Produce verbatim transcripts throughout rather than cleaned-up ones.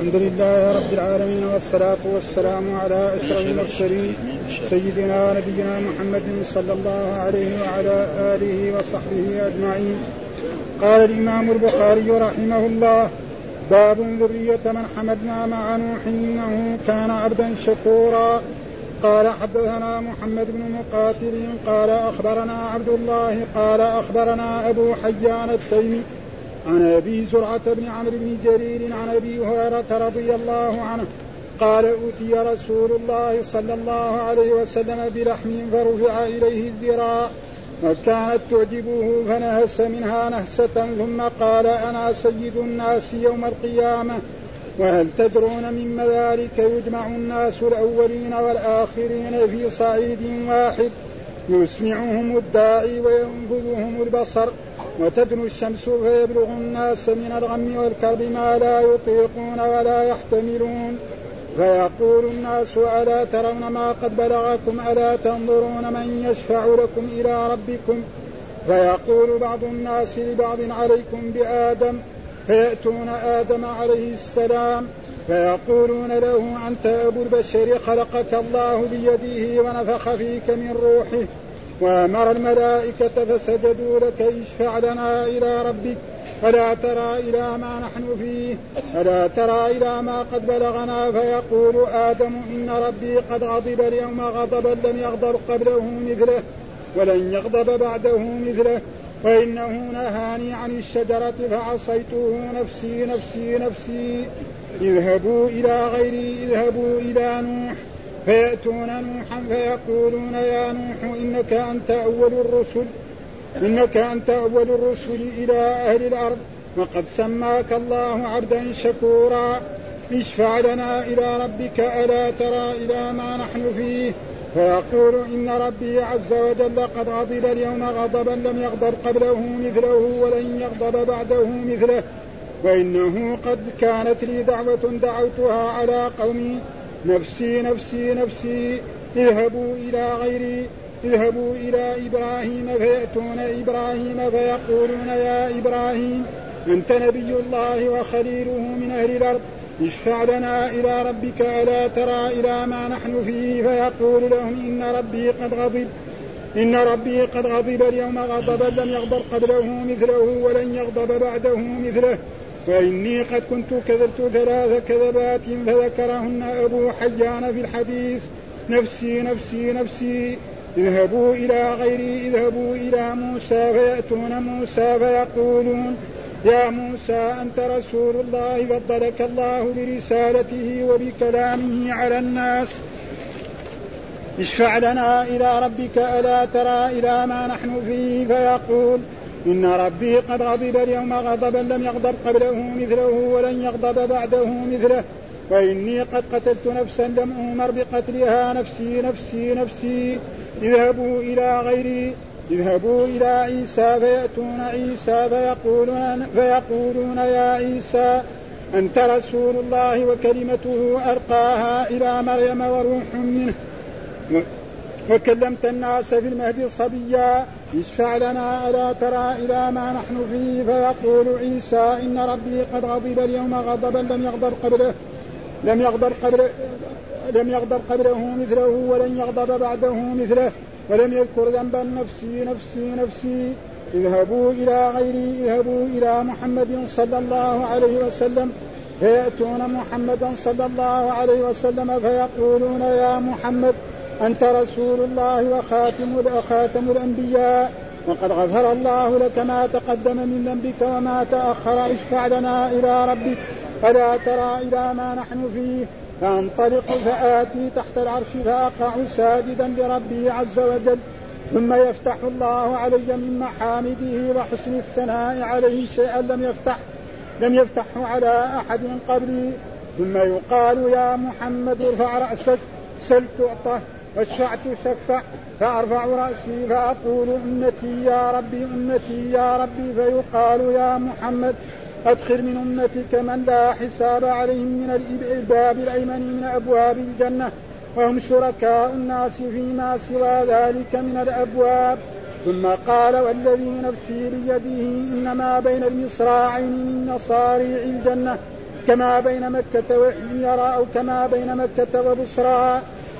الحمد لله رب العالمين والصلاة والسلام على أشرف المرسلين سيدنا ونبينا محمد صلى الله عليه وعلى آله وصحبه أجمعين. قال الإمام البخاري رحمه الله: باب ذرية من حملنا مع نوح إنه كان عبدا شكورا. قال حدثنا محمد بن مقاتل قال أخبرنا عبد الله قال أخبرنا أبو حيان التيمي عن أبي زرعة بن عمرو بن جرير عن أبي هريرة رضي الله عنه قال: أوتي رسول الله صلى الله عليه وسلم بلحم فرفع إليه الذراع وكانت تعجبه فنهس منها نهسة ثم قال: أنا سيد الناس يوم القيامة. وهل تدرون مما ذلك؟ يجمع الناس الأولين والآخرين في صعيد واحد يسمعهم الداعي وينفذهم البصر وتدنو الشمس فيبلغ الناس من الغم والكرب ما لا يطيقون ولا يحتملون فيقول الناس: ألا ترون ما قد بلغكم؟ ألا تنظرون من يشفع لكم إلى ربكم؟ فيقول بعض الناس لبعض: عليكم بآدم. فيأتون آدم عليه السلام فيقولون له: أنت أبو البشر، خلقك الله بيده ونفخ فيك من روحه وأمر الملائكة فسجدوا لك، اشفع لنا إلى ربك. ألا ترى إلى ما نحن فيه؟ ألا ترى إلى ما قد بلغنا؟ فيقول آدم: إن ربي قد غضب اليوم غضبا لم يغضب قبله مثله ولن يغضب بعده مثله، وإنه نهاني عن الشجرة فعصيته، نفسي نفسي نفسي. اذهبوا إلى غيري، اذهبوا إلى نوح. فيأتون نوحا فيقولون: يا نوح إنك أنت أول الرسل إنك أنت أول الرسل إلى أهل الأرض وقد سماك الله عبدا شكورا، اشفع لنا إلى ربك. ألا ترى إلى ما نحن فيه؟ فيقول: إن ربي عز وجل قد غضب اليوم غضبا لم يغضب قبله مثله ولن يغضب بعده مثله، وإنه قد كانت لي دعوة دعوتها على قومي، نفسي نفسي نفسي. اذهبوا إلى غيري، اذهبوا إلى إبراهيم. فيأتون إبراهيم فيقولون: يا إبراهيم أنت نبي الله وخليله من أهل الأرض، اشفع لنا إلى ربك. ألا ترى إلى ما نحن فيه؟ فيقول لهم: إن ربي قد غضب إن ربي قد غضب اليوم غضبا لم يغضب قبله مثله ولن يغضب بعده مثله، وإني قد كنت كذبت ثلاث كذبات فذكرهن أبو حيان في الحديث، نفسي نفسي نفسي. اذهبوا إلى غيري، اذهبوا إلى موسى. فيأتون موسى فيقولون: يا موسى أنت رسول الله، فضلك الله برسالته وبكلامه على الناس، اشفع لنا إلى ربك. ألا ترى إلى ما نحن فيه؟ فيقول: إن ربي قد غضب اليوم غضبا لم يغضب قبله مثله ولن يغضب بعده مثله، وإني قد قتلت نفسا لم أؤمر بقتلها، نفسي نفسي نفسي. اذهبوا إلى غيري، اذهبوا إلى عيسى. فيأتون عيسى فيقولون, فيقولون: يا عيسى أنت رسول الله وكلمته ألقاها إلى مريم وروح منه، وكلمت الناس في المهد صبيا، اشفع لنا. ألا ترى إلى ما نحن فيه؟ فيقول عيسى: إن ربي قد غضب اليوم غضبا لم يغضب قبله لم يغضب قبله لم يغضب قبله مثله ولن يغضب بعده مثله، ولم يذكر ذنبا، نفسي نفسي نفسي. اذهبوا إلى غيري، اذهبوا إلى محمد صلى الله عليه وسلم. فيأتون محمدا صلى الله عليه وسلم فيقولون: يا محمد أنت رسول الله وخاتم خاتم الأنبياء، وقد غفر الله لك ما تقدم من ذنبك وما تأخر، اشفع لنا إلى ربك. ألا ترى إلى ما نحن فيه؟ فانطلق فآتي تحت العرش فأقع ساجدا لربي عز وجل، ثم يفتح الله علي من محامده وحسن الثناء عليه شيئا لم يفتح لم يفتحه على أحد قبلي، ثم يقال: يا محمد ارفع رأسك، سل تعطى، واشفع تشفع. فأرفع رأسي فأقول: أمتي يا ربي، أمتي يا ربي. فيقال: يا محمد أدخل من أمتك من لا حساب عليهم من الباب الأيمن من أبواب الجنة، وهم شركاء الناس فيما سوى ذلك من الأبواب. ثم قال: والذي نفسي بيده إنما بين المصراعين من مصاريع الجنة كما بين مكة وحميرة أو كما بين مكة وبصرى.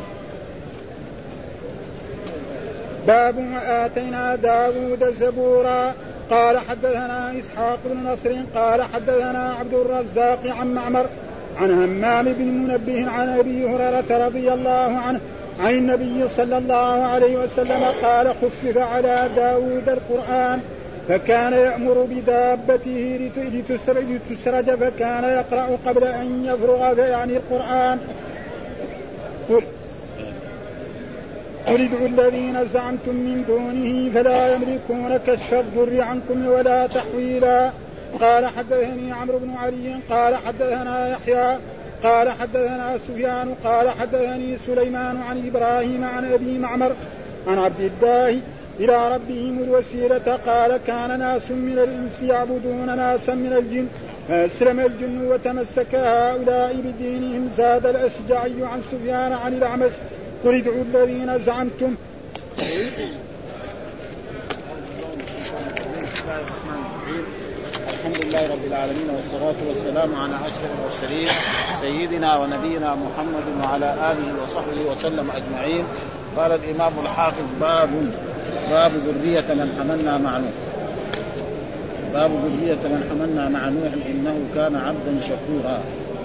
باب آتينا داود زبورا. قال حدثنا إسحاق بن نصر قال حدثنا عبد الرزاق عن معمر عن همام بن منبه عن أبي هريرة رضي الله عنه عن النبي صلى الله عليه وسلم قال خفف على داود القرآن فكان يأمر بدابته لتسرج فكان يقرأ قبل أن يفرغ يعني القرآن. قل قل ادعوا الذين زعمتم من دونه فلا يملكون كشف الضر عنكم ولا تحويلا. قال حدثني عمرو بن علي قال حدثنا يحيى قال حدثنا سفيان قال حدثني سليمان عن إبراهيم عن أبي معمر عن عبد الله إلى ربهم الوسيلة قال كان ناس من الإنس يعبدون ناسا من الجن فأسلم الجن وتمسك هؤلاء بدينهم. زاد الأشجعي عن سفيان عن الأعمش قل ادعوا الذين زعمتم. الحمد لله رب العالمين والصلاة والسلام على أشرف المرسلين سيدنا ونبينا محمد وعلى آله وصحبه وسلم أجمعين. قال الإمام الحافظ باب باب ذرية من حملنا مع نوح. باب ذرية من حملنا مع نوح إنه كان عبدا شكورا.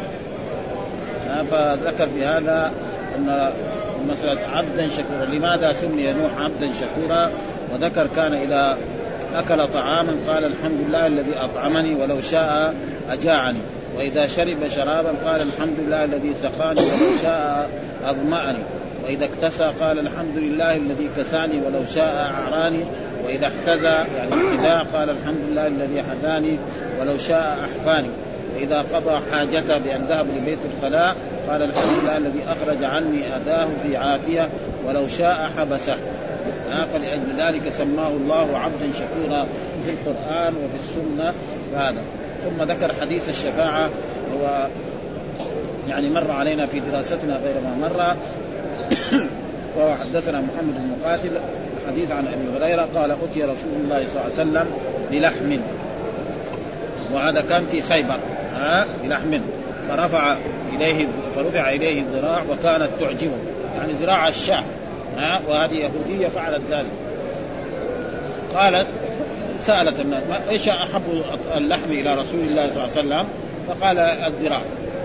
فذكر في هذا أن مسألة عبدا شكورا لماذا سمي نوح عبدا شكورا. وذكر كان إذا أكل طعاما قال الحمد لله الذي أطعمني ولو شاء أجاعني، وإذا شرب شرابا قال الحمد لله الذي سقاني ولو شاء أظمأني، وإذا اكتسى قال الحمد لله الذي كساني ولو شاء أعراني، وإذا احتذى يعني احتذى قال الحمد لله الذي حذاني ولو شاء أحفاني، وإذا قضى حاجته بأن ذهب لبيت الخلاء قال الحمد لله الذي أخرج عني أداه في عافية ولو شاء حبسه. فلأجل ذلك سماه الله عبدا شكورا في القرآن وفي السنة. هذا ثم ذكر حديث الشفاعة هو يعني مر علينا في دراستنا غير ما مر. وهو حدثنا محمد بن مقاتل حديث عن أبي هريرة قال أتي رسول الله صلى الله عليه وسلم بلحم، وهذا كان في خيبر ها بلحم فرفع إليه فرفع إليه الذراع وكانت تعجبه يعني ذراع الشاه ها، وهذه يهودية فعلت ذلك. قالت سألت الناس ايش احب اللحم الى رسول الله صلى الله عليه وسلم فقال الذراع،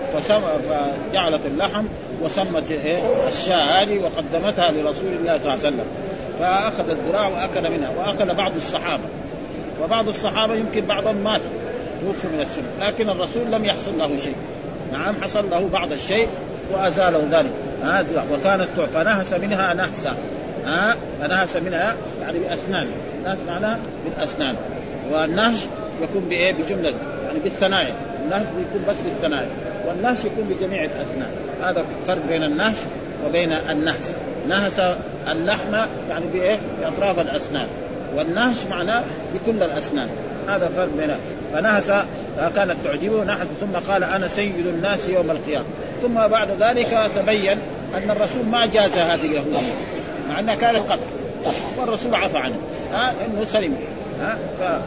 فجعلت اللحم وسمت إيه الشاة هذه وقدمتها لرسول الله صلى الله عليه وسلم، فأخذ الذراع وأكل منها. وأكل بعض الصحابة، وبعض الصحابة يمكن بعضهم مات توفوا من السنة، لكن الرسول لم يحصل له شيء. نعم حصل له بعض الشيء وأزاله ذلك ها. وكانت فنهس منها نهسة ها، فنهس منها يعني بأسنان، نهس معناها بالأسنان، والنهش يكون بإيه بجملة يعني بالثنايا، النهش يكون بس بالثنايا، والنهش يكون بجميع الأسنان. هذا فرق بين النهش وبين النهس. نهس اللحمة يعني بإيه بأطراف الأسنان، والنهش معناه بكل الأسنان. هذا فرق بينه. فنهس كانت تعجبه نهس، ثم قال أنا سيد الناس يوم القيامة. ثم بعد ذلك تبين أن الرسول ما جاز هذه اليهودية مع أنها كانت قتل، والرسول عفى عنه ها إنه سلم ها.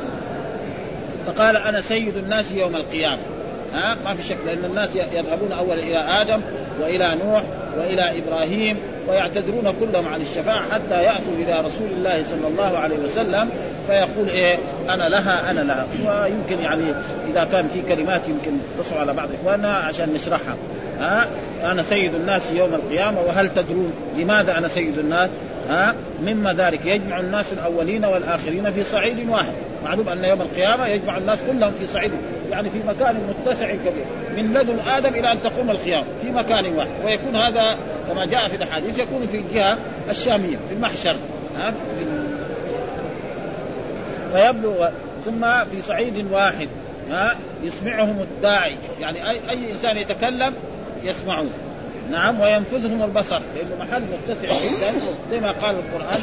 فقال أنا سيد الناس يوم القيامة ها، ما في شك، لأن الناس يذهبون أولا إلى آدم وإلى نوح وإلى إبراهيم ويعتذرون كلهم عن الشفاعة حتى يأتوا إلى رسول الله صلى الله عليه وسلم فيقول إيه أنا لها أنا لها. ويمكن يعني إذا كان في كلمات يمكن تصعب على بعض إخواننا عشان نشرحها ها. أنا سيد الناس يوم القيامة، وهل تدرون لماذا أنا سيد الناس ها؟ مما ذلك يجمع الناس الأولين والآخرين في صعيد واحد. معلوم أن يوم القيامة يجمع الناس كلهم في صعيد يعني في مكان متسع كبير من لدن آدم إلى أن تقوم القيامة في مكان واحد، ويكون هذا كما جاء في الحديث يكون في الجهة الشامية في المحشر ها؟ فيبلغ ثم في صعيد واحد ها يسمعهم الداعي، يعني أي, أي إنسان يتكلم يسمعون. نعم وينفذهم البصر لأنه محل متسع جدا زي ما قال القرآن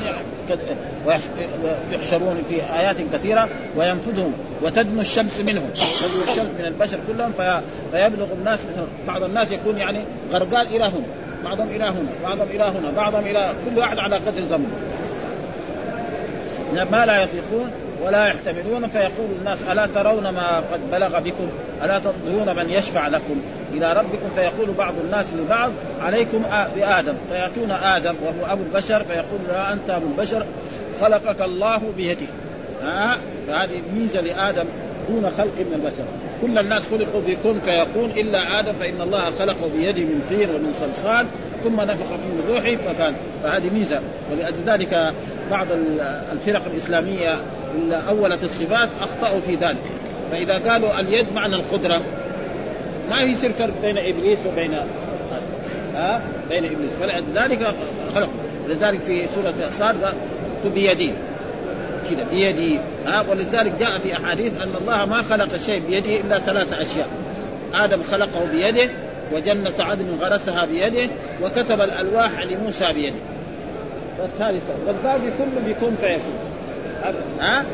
ويحشرون في آيات كثيرة وينفذهم وتدنو الشمس منهم، تدنو الشمس من البشر كلهم فيبلغ الناس منهم. بعض الناس يكون يعني غرقال إلى هنا، بعضهم إلى هنا، بعضهم إلى هنا، بعضهم إلى كل واحد على قدر ذنبه ما لا يطيقون ولا يحتملون، فيقول الناس ألا ترون ما قد بلغ بكم، ألا تنظرون من يشفع لكم إلى ربكم؟ فيقول بعض الناس لبعض عليكم بآدم، فيأتون آدم وهو أبو البشر فيقول لا أنت أبو البشر خلقك الله بيده. ها فهذه ميزة لآدم دون خلق من البشر. كل الناس خلقوا بكون فيكون إلا آدم، فإن الله خلقه بيده من طين ومن صلصال ثم نفخ فيه من روحه فكان. فهذه ميزة. ولذلك بعض الفرق الإسلامية اللي أولت الصفات أخطأوا في ذلك. فإذا قالوا اليد معنى القدرة ما يصير فرق بين إبليس وبين ها بين إبليس، فلذلك خلق. ولذلك في سورة صاد بيدي كده بيدي. ها ولذلك جاء في أحاديث أن الله ما خلق شيء بيده إلا ثلاثة أشياء: آدم خلقه بيده، وجنة عدن غرسها بيده، وكتب الألواح لموسى بيده. بس هذه والباقي كله بيكون فيكون. ها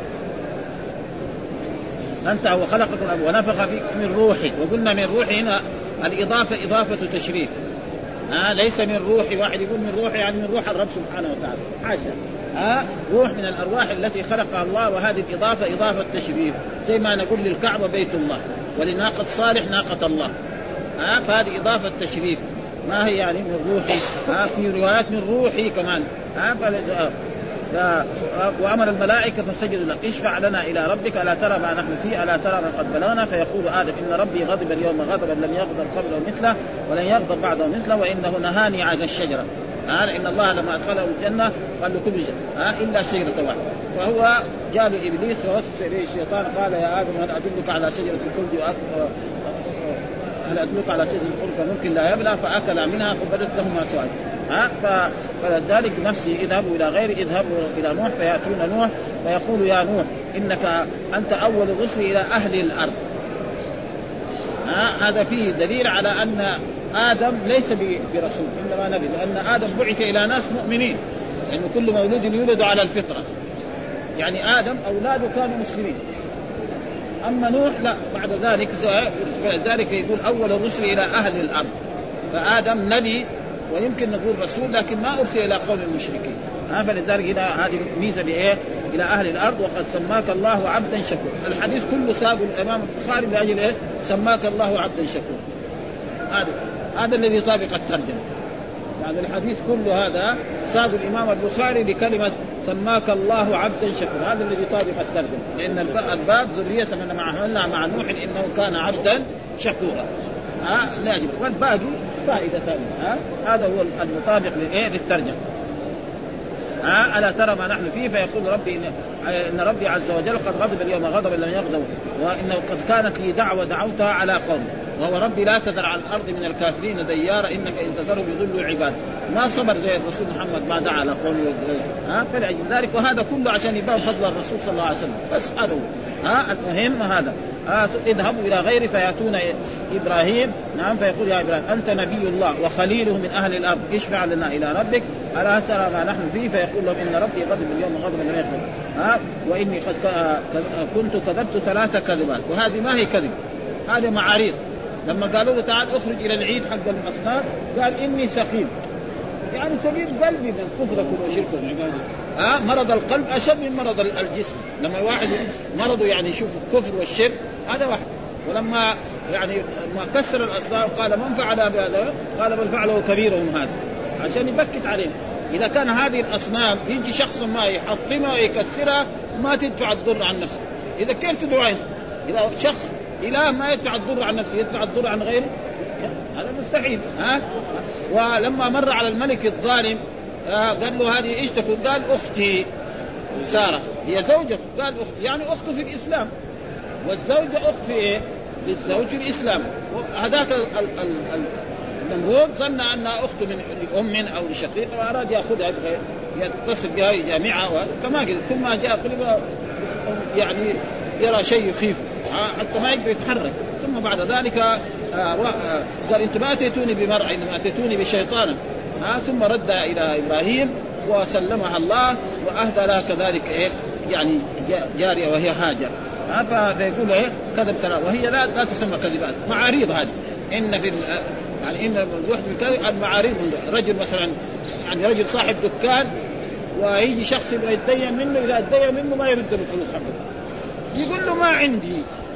أنت هو خلقكم ونفخ فيك من روحي. وقلنا من روحي هنا الإضافة إضافة تشريف. ها ليس من روحي، واحد يقول من روحي يعني من روح الرب سبحانه وتعالى، حاشا. ها روح من الأرواح التي خلقها الله، وهذه الإضافة إضافة تشريف، زي ما نقول للكعبة بيت الله ولناقة صالح ناقة الله. ها فهذه إضافة تشريف، ما هي يعني من روحي. ها في روايات من روحي كمان. ها وأمر الملائكة فسجدوا له اشفع لنا إلى ربك ألا ترى ما نحن فيه ألا ترى ما قد بلغنا. فيقول آدم إن ربي غضب اليوم غضبا لم يغضب قبله مثله ولن يغضب بعده مثله، وإنه نهاني عن الشجرة. ها إن الله لما أدخله الجنة قال له كل شيء ها إلا شجرة واحدة. فهو جاء إبليس ووسوس إليه الشيطان قال يا آدم هل أدلك على شجرة الخلد هل أدلك على شجرة الخلد ممكن لا يبلى؟ فأكل منها فبدت لهما سوءات. ها فلذلك نفسي اذهبوا إلى غير اذهبوا إلى نوح فيأتون نوح فيقول يا نوح إنك أنت أول الرسل إلى أهل الأرض. ها هذا فيه دليل على أن آدم ليس برسول إنما نبي، لأن آدم بعث إلى ناس مؤمنين، لأن يعني كل مولود يولد على الفطرة. يعني آدم أولاده كانوا مسلمين، أما نوح لا. بعد ذلك ذلك يقول أول الرسل إلى أهل الأرض. فآدم نبي ويمكن نقول رسول، لكن ما أرسل إلى قوم المشركين. ها فلذلك هنا هذه ميزة لإيه إلى أهل الأرض. وقد سماك الله عبدا شكور. الحديث كله ساق الإمام البخاري لأجل إيه سماك الله عبدا شكور. هذا هذا الذي طابق الترجمة. يعني الحديث كله هذا ساق الإمام البخاري لكلمة سماك الله عبدا شكور، هذا الذي طابق الترجمة. لأن الباب ذرية من مع حملنا مع نوح إنه كان عبدا شكورا. ها لاجل والباقي فائدة ثانية. ها هذا هو المطابق لإيه للترجمة. ها ألا ترى ما نحن فيه؟ فيقول ربي إن, إن ربي عز وجل قد غضب اليوم غضبا لم يغضب، وإنه قد كانت لي دعوة دعوتها على قوم، وهو ربي لا تذر على الأرض من الكافرين ديارا إنك إن تذرهم يضلوا عباد. ما صبر زي الرسول محمد ما دعا على قوم. ها فلأجل ذلك وهذا كله عشان يبان فضل الرسول صلى الله عليه وسلم. بس هذا هو. ها المهم هذا. ها اذهبوا إلى غيره فيأتون إبراهيم. نعم فيقول يا إبراهيم أنت نبي الله وخليله من أهل الأرض اشفع لنا إلى ربك ألا ترى ما نحن فيه؟ فيقول لهم إن ربي غضب اليوم غضبا لم يغضب. ها وإني قد كنت كذبت ثلاث كذبات. وهذه ما هي كذب، هذه معاريض. لما قالوا له تعال اخرج إلى العيد حق الأصنام قال إني سقيم، يعني سقيم قلبي من كفركم وشرككم. ها مرض القلب أشد من مرض الجسم. لما واحد مرضه يعني يشوف الكفر والشرك هذا واحد. ولما يعني ما كسر الأصنام قال من فعل بهذا؟ قال بل فعله كبيرهم هذا، عشان يبكت عليهم. إذا كان هذه الأصنام يجي شخص ما يحطمها ويكسرها ما تدفع الضر عن نفسه، إذا كيف تدعو أنت؟ إذا شخص إله ما يدفع الضر عن نفسه يدفع الضر عن غيره، هذا مستحيل. ها ولما مر على الملك الظالم قال له هذه ايش تكون؟ قال أختي سارة هي زوجته. قال أختي يعني أخته في الإسلام، والزوجة أخت في إيه؟ للزوج في الإسلام. هذاك النمرود ظن أنها أخت من لأم أو لشقيق وأراد يأخذها يبغى يتصل بها جامعة، فما قدر. كل ما جاء قلبه يعني يرى شيء يخيف حتى ما يقدر يتحرك. ثم بعد ذلك قال أنت ما أتيتوني بمرأة إنما أتيتوني بشيطانا. ثم رد إلى إبراهيم وسلمها الله وأهدى لها كذلك إيه يعني جارية وهي هاجر. فيقول إيه كذب ثلاث، وهي لا لا تسمى كذبات، معاريض. هذه إن في يعني إن الوحدة الكذب المعاريض. رجل مثلا يعني رجل صاحب دكان ويجي شخص يبغى يتدين منه، إذا اتدين منه ما يرد الفلوس حقه، يقول له ما عندي،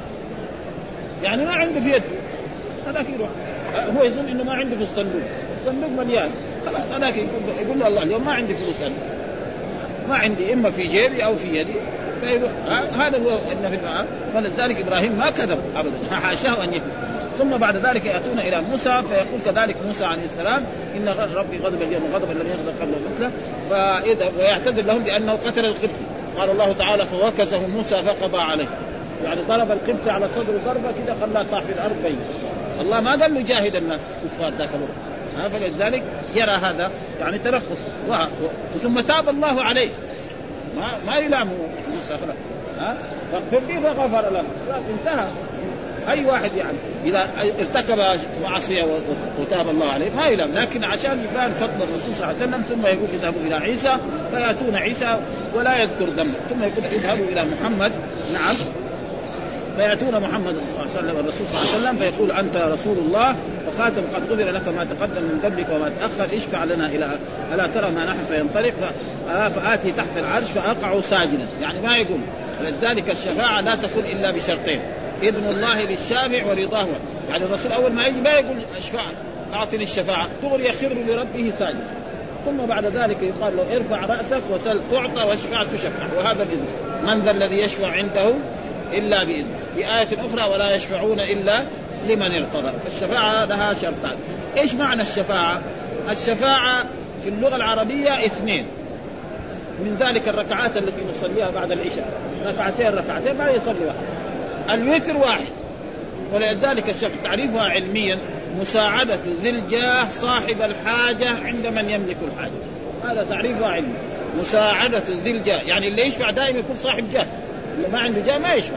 يعني ما عنده في يده، هذاك يروح هو يظن إنه ما عنده في الصندوق، الصندوق مليان، خلاص هذاك يقول, يقول له الله اليوم ما عندي فلوس، أنا ما عندي إما في جيبي أو في يدي، فيروح هذا هو إن في المعاد. فلذلك إبراهيم ما كذب أبدا، حاشاه أن يكذب. ثم بعد ذلك يأتون إلى موسى فيقول كذلك موسى عليه السلام إن ربي غضب اليوم غضب الذي يغضب قبل مثله، ويعتذر لهم بأنه قتل القبطي. قال الله تعالى فوكزه موسى فقضى عليه، يعني ضرب القبطي على صدره ضربة كده خلاه طاح في الأرض بين. الله ما قال له جاهد الناس كفار ذاك الوقت، فلذلك يرى هذا يعني تلخص. ثم تاب الله عليه، ما ما يلامه موسى خلاص، ها فاغفر لي فغفر له، انتهى. أي واحد يعني إذا ارتكب معصية وتاب الله عليه ما يلام، لكن عشان يبان فضل الرسول صلى الله عليه وسلم ثم يقول اذهبوا إلى عيسى فيأتون عيسى ولا يذكر ذنب، ثم يقول اذهبوا إلى محمد، نعم فيأتون محمد صلى الله عليه وسلم الرسول صلى الله عليه وسلم فيقول أنت رسول الله وخاتم قد غفر لك ما تقدم من ذنبك وما تأخر، اشفع لنا إلى ألا ترى ما نحن، فينطلق فآتي تحت العرش فأقع ساجدا، يعني ما يقول. لذلك الشفاعة لا تكون إلا بشرطين، إذن الله للشافع ورضاه، يعني الرسول أول ما يجي ما يقول اشفع أعطني الشفاعة، تغري يخر لربه ساجدا، ثم بعد ذلك يقال له ارفع رأسك وسل تعطى واشفع تشفع، وهذا الإذن. من ذا الذي يشفع عنده إلا بإذن، في آية أخرى ولا يشفعون إلا لمن ارتضى. فالشفاعة لها شرطان. إيش معنى الشفاعة؟ الشفاعة في اللغة العربية اثنين، من ذلك الركعات التي نصليها بعد العشاء، ركعتين ركعتين ما يصلي واحد، الوتر واحد. ولذلك الشفاعة تعريفها علميا مساعدة ذي الجاه صاحب الحاجة عند من يملك الحاجة، هذا تعريفها علمي. مساعدة ذي الجاه يعني اللي يشفع دائما يكون صاحب جاه، اللي ما عنده جاه ما يشفع.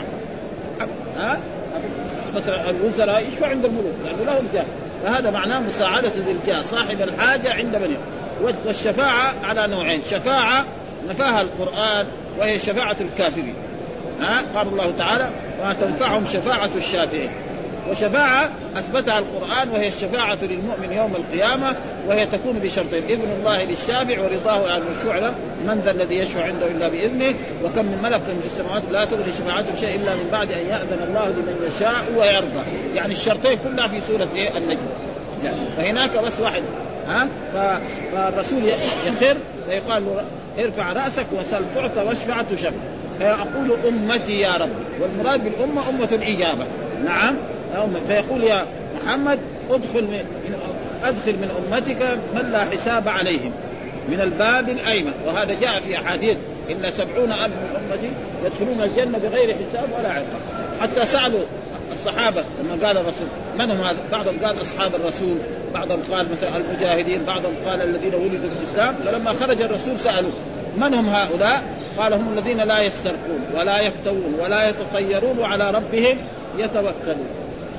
ها مثلا الوزراء يشفع عند الملوك لأنه لهم جاه، فهذا معناه مساعدة ذي الجاه صاحب الحاجة عند من يملك. والشفاعة على نوعين، شفاعة نفاها القرآن وهي شفاعة الكافرين، ها قال الله تعالى وما تنفعهم شفاعة الشافعين، وشفاعة أثبتها القرآن وهي الشفاعة للمؤمن يوم القيامة، وهي تكون بشرطين، إذن الله للشافع ورضاه عن المشروع له، من ذا الذي يشفع عنده إلا بإذنه، وكم من ملك في السماوات لا تغني شفاعتهم شيء إلا من بعد أن يأذن الله لمن يشاء ويرضى. يعني الشرطين كلها في سورة إيه؟ النجم. فهناك بس واحد، ها فالرسول يخر فيقال له ارفع رأسك وسل تعطى واشفع تشفع، فيقول أمتي يا رب، والمراد بالأمة أمة الإجابة، نعم. فيقول يا محمد ادخل من ادخل من امتك من لا حساب عليهم من الباب الايمن، وهذا جاء في احاديث ان سبعون الف من امتي يدخلون الجنه بغير حساب ولا عقاب. حتى سالوا الصحابه لما قال الرسول من هم هذا، بعضهم قال اصحاب الرسول، بعضهم قال مثلا المجاهدين، بعضهم قال الذين ولدوا في الاسلام. فلما خرج الرسول سالوا من هم هؤلاء؟ قال هم الذين لا يسترقون ولا يكتوون ولا يتطيرون وعلى ربهم يتوكلون.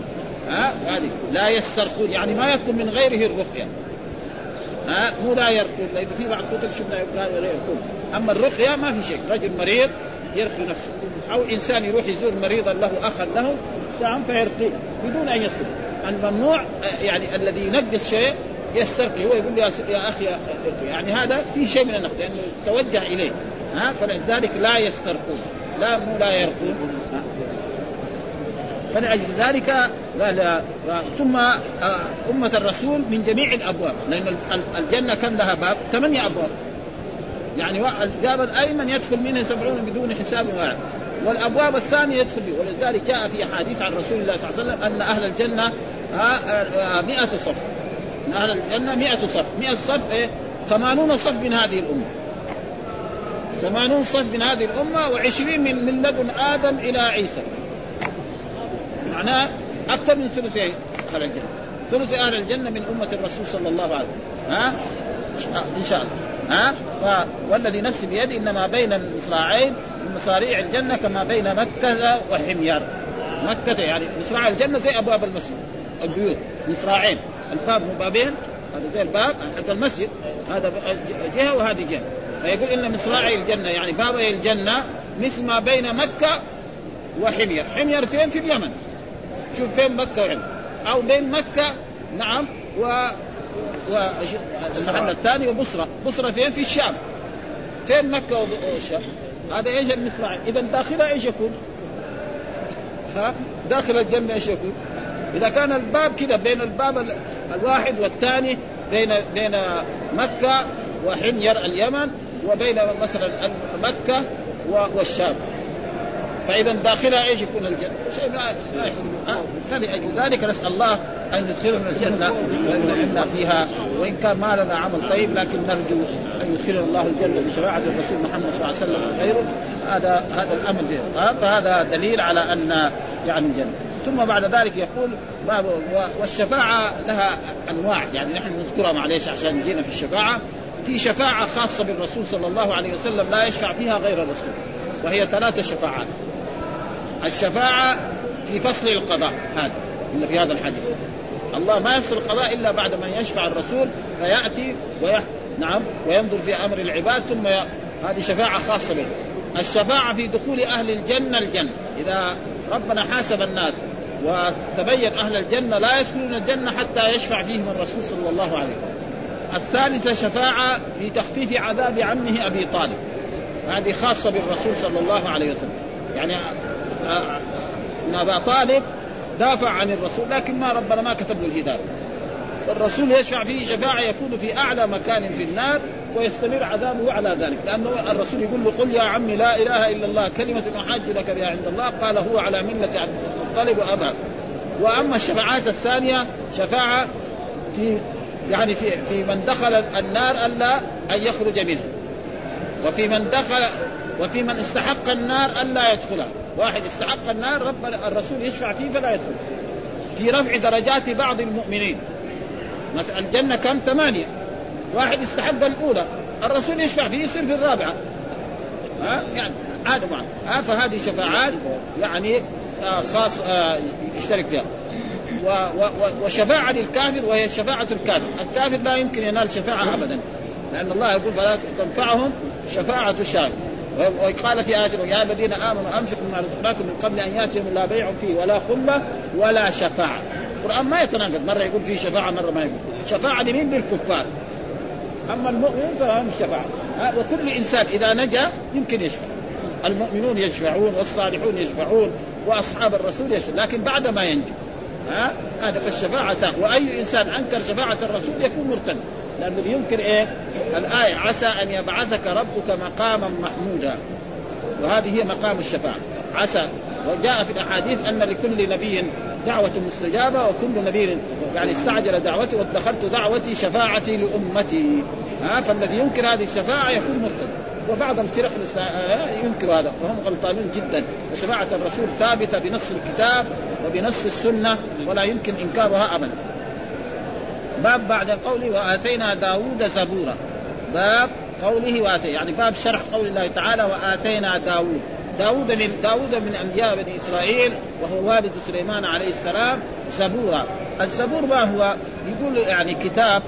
ها هذه لا يسترقون يعني ما يكون من غيره الرقية، ها مو لا يرقون، لأن في بعض كتب شبنا يرقون، أما الرقية ما في شيء. رجل مريض يرقي نفسه، أو إنسان يروح يزور مريضا له أخا له نعم فيرقيه بدون أن يطلب. الممنوع يعني الذي ينقص شيء يسترقي، هو يقول يا, يا أخي ارقي، يعني هذا في شيء من النقص لأنه توجه إليه، ها فلذلك لا يسترقون، لا مو لا يرقون. فلأجل ذلك لا لا ثم أمة الرسول من جميع الأبواب، لأن الجنة كان لها باب ثمانية أبواب، يعني الباب الأيمن يدخل منه سبعون بدون حساب واحد، والأبواب الثانية يدخل فيه. ولذلك جاء في حديث عن رسول الله صلى الله عليه وسلم أن أهل الجنة مئة صف، أن أهل الجنة مئة صف، مئة صف إيه؟ ثمانون صف من هذه الأمة، ثمانون صف من هذه الأمة، وعشرين من من لدن آدم إلى عيسى، معناه أكثر من ثلث أهل الجنة. ثلث أهل الجنة من أمة الرسول صلى الله عليه وسلم، ها إن شاء الله. ها ف... والذي نفسي بيده إنما بين المصراعين من مصاريع الجنة كما بين مكة وحمير. مكة يعني مصراع الجنة زي أبواب المسجد، البيوت مصراعين، الباب مبابين، هذا زي الباب حق المسجد، هذا جهة وهذه جهة. فيقول إن مصراعي الجنة يعني بابي الجنة مثل ما بين مكة وحمير. حمير فين؟ في اليمن، شوف فين مكة وحمير، أو بين مكة نعم و والمحل الثاني وبصرة. بصرة فين؟ في الشام. فين مكة والشام؟ هذا ايش المصراعي؟ اذا داخلها ايش يكون؟ ها داخل الجنة ايش يكون؟ اذا كان الباب كذا بين الباب الواحد والثاني بين بين مكة وحمير اليمن وبين مثلا مكة والشام، فإذا داخلها إيش يكون الجنة؟ شيء لا يحسن. فلأجل ذلك نسأل الله أن يدخلنا الجنة ويمنعنا فيها، وإن كان ما لنا عمل طيب لكن نرجو أن يدخلنا الله الجنة بشفاعة الرسول محمد صلى الله عليه وسلم وغيره. هذا هذا الأمر فيه، فهذا دليل على أن يعني الجنة. ثم بعد ذلك يقول باب والشفاعة لها أنواع، يعني نحن نذكرها معليش عشان نجينا في الشفاعة. في شفاعة خاصة بالرسول صلى الله عليه وسلم لا يشفع فيها غير الرسول، وهي ثلاثة شفاعات. الشفاعة في فصل القضاء، هذا إلا في هذا الحديث الله ما يفصل القضاء إلا بعد ما يشفع الرسول فيأتي ويح... نعم وينظر في أمر العباد ثم ي... هذه شفاعة خاصة به. الشفاعة في دخول أهل الجنة الجنة، إذا ربنا حاسب الناس وتبين أهل الجنة لا يدخلون الجنة حتى يشفع فيهم الرسول صلى الله عليه وسلم. الثالثة شفاعة في تخفيف عذاب عمه أبي طالب، هذه خاصة بالرسول صلى الله عليه وسلم. يعني أبا طالب دافع عن الرسول لكن ما ربنا ما كتب له الهداية، فالرسول يشفع فيه شفاعة يكون في أعلى مكان في النار ويستمر عذابه على ذلك، لأنه الرسول يقول له قل يا عمي لا إله إلا الله كلمة أحاج لك بها عند الله، قال هو على ملة عبد المطلب وأبا. وأما الشفاعات الثانية شفاعة في يعني في في من دخل النار ألا أن يخرج منها، وفي من دخل وفي من استحق النار ألا يدخلها. واحد استحق النار رب الرسول يشفع فيه فلا يدخل. في رفع درجات بعض المؤمنين، مثلا الجنة كم ثمانية، واحد استحق الأولى الرسول يشفع فيه يصير في الرابعة، ها يعني هذا معنى ها. فهذه شفاعات يعني آه خاص آه يشترك فيها. وشفاعة للكافر وهي شفاعة الكافر، الكافر لا يمكن ينال شفاعة أبدا، لأن الله يقول فلا تنفعهم شفاعة الشافع. وقال في آية يا الذين آمنوا أنفقوا مما رزقناكم من قبل أن يأتيهم لا بيع فيه ولا خلة ولا شفاعة. القرآن ما يتناقض، مرة يقول فيه شفاعة مرة ما يقول. شفاعة لمين؟ للكفار، أما المؤمن فهم الشفاعة. وكل إنسان إذا نجا يمكن يشفع، المؤمنون يشفعون والصالحون يشفعون وأصحاب الرسول يشفعون، لكن بعد ما ينجو ها هذا فالشفاعة ساق. وأي إنسان أنكر شفاعة الرسول يكون مرتد، لأنه ينكر إيه الآية عسى أن يبعثك ربك مقاما محمودا، وهذه هي مقام الشفاعة عسى. وجاء في الأحاديث أن لكل نبي دعوة مستجابة وكل نبي يعني استعجل دعوتي وادخرت دعوتي شفاعتي لأمتي ها. فالذي ينكر هذه الشفاعة يكون مرتد، وبعض الفرق ينكر هذا فهم غلطانون جدا. فشفاعة الرسول ثابتة بنص الكتاب وبنص السنة ولا يمكن إنكارها أبدا. باب بعد قوله وآتينا داود زبورا، باب قوله وآتي يعني باب شرح قول الله تعالى وآتينا داود. داود من داود من أنبياء بني إسرائيل وهو والد سليمان عليه السلام زبورا. الزبور ما هو؟ يقول يعني كتاب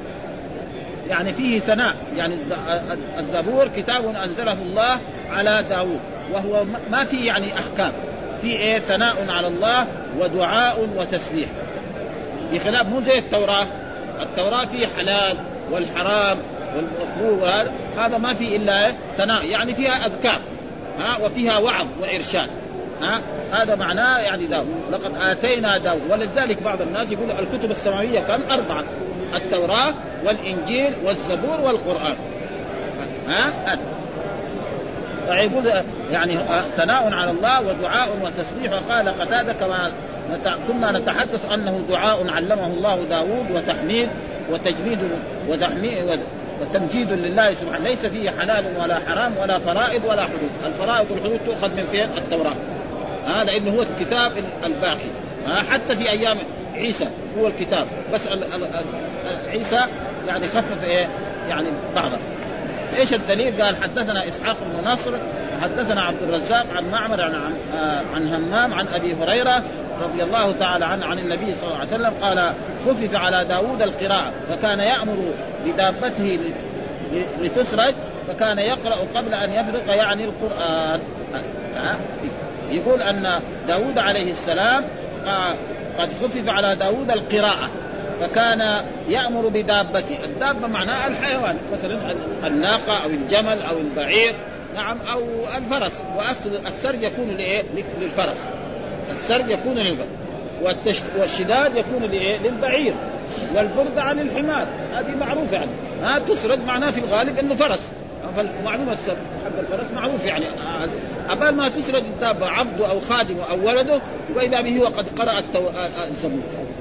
يعني فيه ثناء، يعني الزبور كتاب أنزله الله على داود وهو ما فيه يعني أحكام، فيه إيه ثناء على الله ودعاء وتسبيح، بخلاف مو زي التوراة. التوراة فيه حلال والحرام والمكروه، هذا ما فيه إلا ثناء يعني فيها أذكار ها وفيها وعظ وإرشاد ها. هذا معناه يعني داود لقد آتينا داود. ولذلك بعض الناس يقول الكتب السماوية كم؟ أربعة، التوراة والإنجيل والزبور والقرآن ها. فيقول يعني ثناء على الله ودعاء وتسبيح. وقال قتادة كما كنا نتحدث أنه دعاء علمه الله داود وتحميد وتجميد وتحميد وتمجيد لله سبحانه، ليس فيه حلال ولا حرام ولا فرائض ولا حدود. الفرائض والحدود تؤخذ من فين؟ التوراة هذا لأنه هو الكتاب الباقي ها. حتى في أيام عيسى هو الكتاب، بس عيسى يعني خفف إيه يعني بعضه. ايش الدليل؟ قال حدثنا اسحاق بن نصر حدثنا عبد الرزاق عن معمر عن عن همام عن ابي هريره رضي الله تعالى عنه عن النبي صلى الله عليه وسلم قال خفف على داود القراءة فكان يأمر بدابته لتسرج فكان يقرأ قبل أن يفرق يعني القرآن. يقول أن داود عليه السلام قد خفف على داود القراءة فكان يأمر بدابته. الدابة معناها الحيوان، مثلا الناقة أو الجمل أو البعير، نعم، أو الفرس. وأصل السرج يكون للفرس، السرج يكون للفرس، والشداد يكون للبعير، والبرد عن الحمار. هذه معروف يعني. ها تسرج معناه في الغالب إنه فرس، فالمعلومة السر حق الفرس معروف يعني. أبال ما تسرج الدابة عبده أو خادمه أو ولده، وإذا به وقد قرأ الزبور.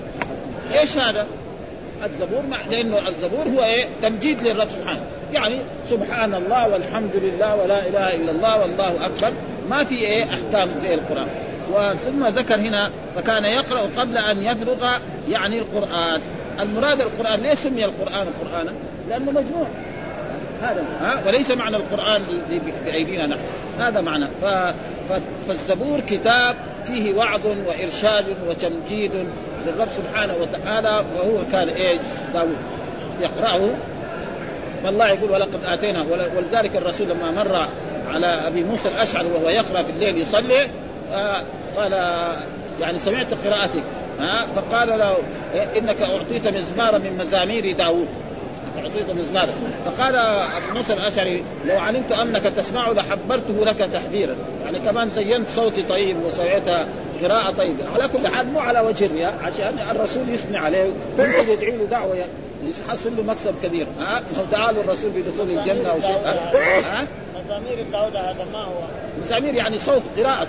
إيش هذا الزبور؟ لأنه الزبور هو إيه؟ تمجيد للرب سبحانه، يعني سبحان الله والحمد لله ولا إله إلا الله والله أكبر، ما في إيه أحكام زي القرآن. وثم ذكر هنا فكان يقرأ قبل أن يفرغ يعني القرآن. المراد القرآن ليه سمي القرآن قرآنا؟ لأنه مجموع هذا، ها، وليس معنى القرآن بأيدينا نحن، هذا معنى. ف... فالزبور كتاب فيه وعظ وإرشاد وتمجيد للرب سبحانه وتعالى، وهو كان إيه داود يقرأه. فالله يقول ولقد آتينا. ولذلك الرسول لما مر على أبي موسى الأشعري وهو يقرأ في الليل يصلي، آه قال يعني سمعت قراءتك، آه فقال له إنك أعطيت مزمارا من مزامير داود، أعطيت مزمارا. فقال أبو موسى الأشعري لو علمت أنك تسمعه لحبرته لك تحبيرا، يعني كمان زينت صوتي طيب وسويت قراءة طيبة. على كل حال مو على وجه الرياء، عشان الرسول يثني عليه ويقول يدعي له دعوة يحصل له مكسب كبير. ها لو دعا له الرسول بدخول الجنة أو شيء. ها مزامير داود هذا ما هو مزامير؟ يعني صوت قراءته،